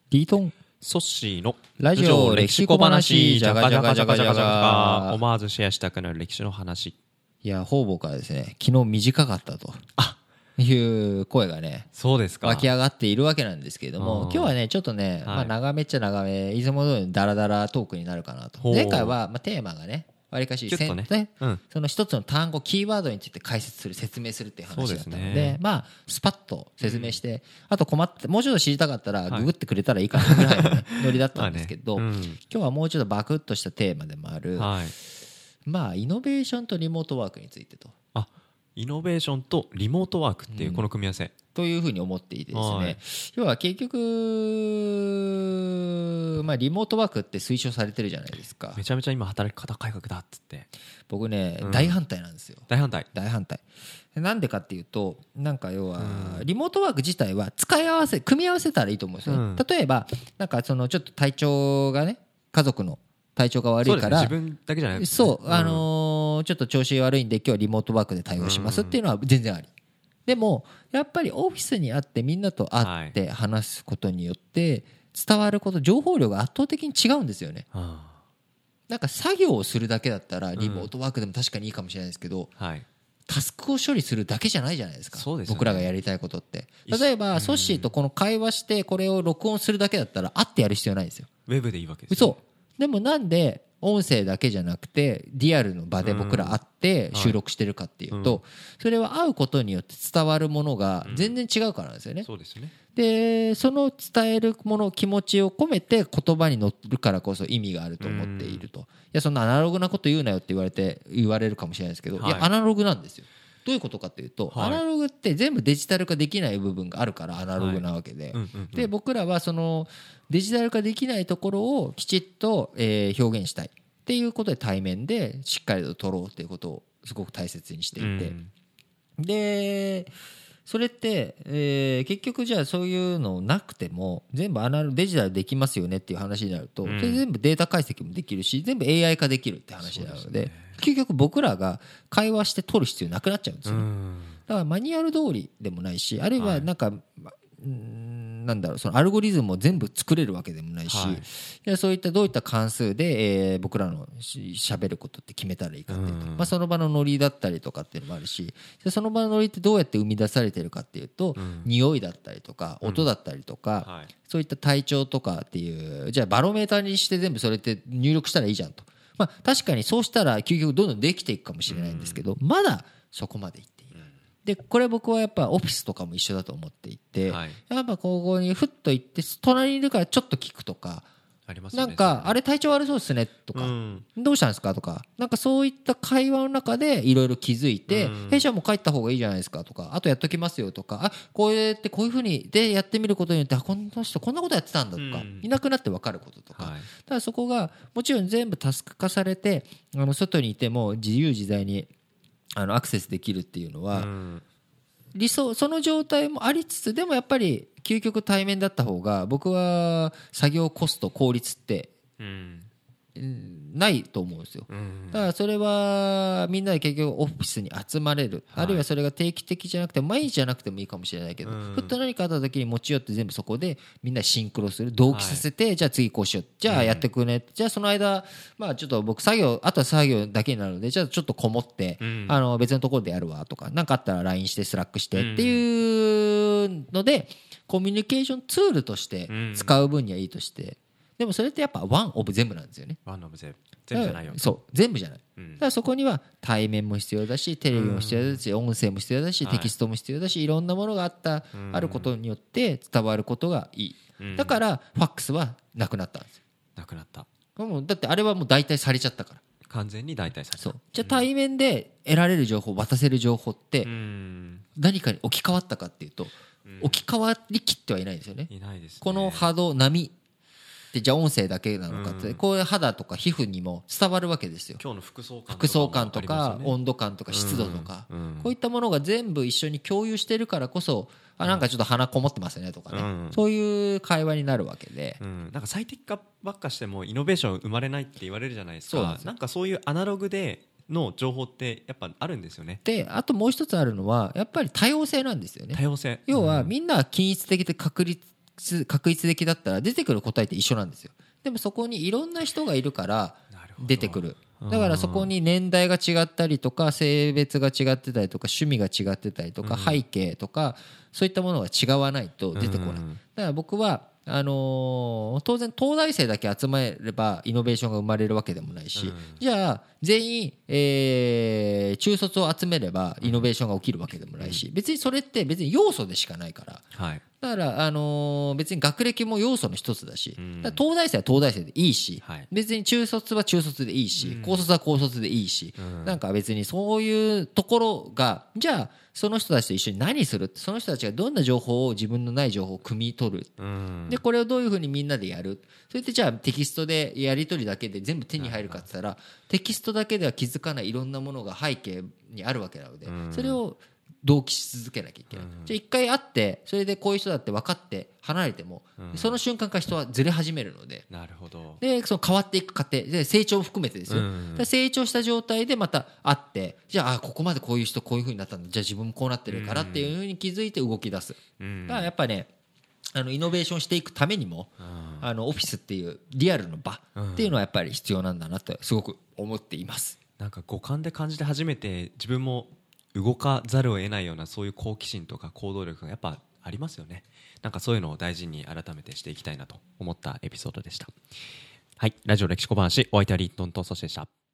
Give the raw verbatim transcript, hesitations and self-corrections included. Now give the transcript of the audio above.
リートンソッシーのラジオ歴史小話、じゃがじゃがじゃがじゃがじゃが。 思わずシェアしたくなる歴史の話。 いや、方々からですね、昨日短かったという声がね、 そうですか。 湧き上がっているわけなんですけれども、今日はねちょっとね、 はいまあ、長めっちゃ長め、いつも通りダラダラトークになるかなと。 ほう前回は、まあ、テーマがねわりかしキュッとねせんねうんその一つの単語キーワードについて解説する説明するっていう話だったの で, そうですねまあスパッと説明して、あと困ってもうちょっと知りたかったらはいググってくれたらいいかなぐらいの、ね、ノリだったんですけど、 まあね今日はもうちょっとバクッとしたテーマでもある、 うんはい。 まあイノベーションとリモートワークについてとあ、イノベーションとリモートワークっていうこの組み合わせ。 というふうに思っていてですはいね、要は結局、まあ、リモートワークって推奨されてるじゃないですか。 めちゃめちゃ今働き方改革だっつって僕ね、 うん大反対なんですよ。 大反対。 大反対。なんでかっていうと、なんか要はうんリモートワーク自体は使い合わせ組み合わせたらいいと思うんですよね、 うん例えばなんかそのちょっと体調がね、家族の体調が悪いから、 そうですね、自分だけじゃないですね。 そう、 んあのーちょっと調子悪いんで今日はリモートワークで対応しますっていうのは全然あり。でもやっぱりオフィスにあってみんなと会って話すことによって伝わること、情報量が圧倒的に違うんですよね。 はなんか作業をするだけだったらリモートワークでも確かにいいかもしれないですけど、 あはい。 タスクを処理するだけじゃないじゃないですか。 そうですよね僕らがやりたいことっていし例えばうんソッシーとこの会話してこれを録音するだけだったら会ってやる必要ないんですよ。 ウェブでいいわけですよ。 嘘。でもなんで音声だけじゃなくてリアルの場で僕ら会って収録してるかっていうと、それは会うことによって伝わるものが全然違うからなんですよね。 そうですよね。 でその伝えるもの、気持ちを込めて言葉に乗るからこそ意味があると思っていると。いやそんなアナログなこと言うなよって言われて言われるかもしれないですけど、いはいやアナログなんですよ。どういうことかというと、 はいアナログって全部デジタル化できない部分があるからアナログなわけで、 うんうんうんで僕らはそのデジタル化できないところをきちっと、えー表現したいっていうことで対面でしっかりと撮ろうということをすごく大切にしていて、 うんでそれって、えー結局じゃあそういうのなくても全部アナログデジタルできますよねっていう話になると、 うんそれ全部データ解析もできるし全部 エーアイ 化できるって話なので、 そうですね究極僕らが会話して撮る必要なくなっちゃうんですうよね。 んだからマニュアル通りでもないし、あるいはなんか、まうーんなんだろう、そのアルゴリズムを全部作れるわけでもないし、 はいいやそういったどういった関数で、えー僕らのし喋ることって決めたらいいかっていうと、 うんまあ、その場のノリだったりとかっていうのもあるし、でその場のノリってどうやって生み出されてるかっていうと、 うん匂いだったりとか音だったりとか、 はい。 そういった体調とかっていう、じゃあバロメーターにして全部それって入力したらいいじゃんと。まあ確かにそうしたら究極どんどんできていくかもしれないんですけど、まだそこまでいっていない。でこれ僕はやっぱオフィスとかも一緒だと思っていて、 はいやっぱここにふっと行って隣にいるからちょっと聞くとか、 ありますよね。 なんかあれ体調悪そうですねとか、 うんどうしたんですかとか、なんかそういった会話の中でいろいろ気づいて、 うん弊社も帰った方がいいじゃないですかとか、あとやっときますよとか、あこうやってこういうふうにでやってみることによって、あこの人こんなことやってたんだとか、 うんいなくなって分かることとか、 はいただそこがもちろん全部タスク化されて、あの外にいても自由自在にあのアクセスできるっていうのは、 うん理想その状態もありつつ、でもやっぱり究極対面だった方が僕は作業コスト効率ってうんないと思うんですよ。 うんだからそれはみんなで結局オフィスに集まれる、 はいあるいはそれが定期的じゃなくて毎日じゃなくてもいいかもしれないけど、 うんふっと何かあった時に持ち寄って全部そこでみんなでシンクロする、同期させて、じゃあ次こうしよう、じゃあやってくね、じゃあその間まあちょっと僕作業あとは作業だけになるので、じゃあちょっとこもって、 うんあの別のところでやるわとか、何かあったら ライン してスラックしてっていうのでコミュニケーションツールとして使う分にはいいとして、でもそれってやっぱワンオブ全部なんですよね。 ワンオブゼブ全部じゃないよ。 そう全部じゃない、 うんだからそこには対面も必要だし、テレビも必要だし、音声も必要だし、 はいテキストも必要だし、いろんなものがあったうんあることによって伝わることがいい、 うんだからファックスはなくなったんですよ。 なくなった。 もうだってあれはもう代替されちゃったから。 完全に代替された。 そうじゃあ対面で得られる情報、渡せる情報ってうん何かに置き換わったかっていうと、置き換わりきってはいないんですよね。 いないですね。 この波動波でじゃあ音声だけなのかって、 うんこういう肌とか皮膚にも伝わるわけですよ。 今日の服装感服装感とかかもありますよね温度感とか湿度とか、 うんうんこういったものが全部一緒に共有してるからこそ、あなんかちょっと鼻こもってますねとかね、 うんそういう会話になるわけで、 うん、なんか最適化ばっかしてもイノベーション生まれないって言われるじゃないですか。 そうなんですよなんかそういうアナログでの情報ってやっぱあるんですよね。 であともう一つあるのはやっぱり多様性なんですよね。 多様性。 要はみんなは均一的で確率率確率的だったら出てくる答えって一緒なんですよ。でもそこにいろんな人がいるから出てくる。だからそこに年代が違ったりとか性別が違ってたりとか趣味が違ってたりとか背景とかそういったものが違わないと出てこない。だから僕はあのー、当然東大生だけ集まればイノベーションが生まれるわけでもないし、じゃあ全員、えー、中卒を集めればイノベーションが起きるわけでもないし、別にそれって別に要素でしかないから、はい、だから、あのー、別に学歴も要素の一つだし、だから東大生は東大生でいいし、はい、別に中卒は中卒でいいし、高卒は高卒でいいし、なんか別にそういうところがじゃあその人たちと一緒に何する、その人たちがどんな情報を自分のない情報を汲み取る、でこれをどういうふうにみんなでやる、それってじゃあテキストでやり取りだけで全部手に入るかって言ったらテキストだけでは気づかないいろんなものが背景にあるわけなので、それを同期し続けなきゃいけない。じゃあ一回会ってそれでこういう人だって分かって離れても、その瞬間から人はずれ始めるので、なるほど。でその変わっていく過程で成長を含めてですよ、成長した状態でまた会って、じゃあここまでこういう人こういう風になったんだ、じゃあ自分もこうなってるからっていう風に気づいて動き出す。だからやっぱね、あのイノベーションしていくためにも、あのオフィスっていうリアルの場っていうのはやっぱり必要なんだなとすごく思っています。 なんか五感で感じて初めて自分も動かざるを得ないようなそういう好奇心とか行動力がやっぱありますよね。なんかそういうのを大事に改めてしていきたいなと思ったエピソードでした。はい、ラジオ歴史小話、お相手はリットンとソシでした。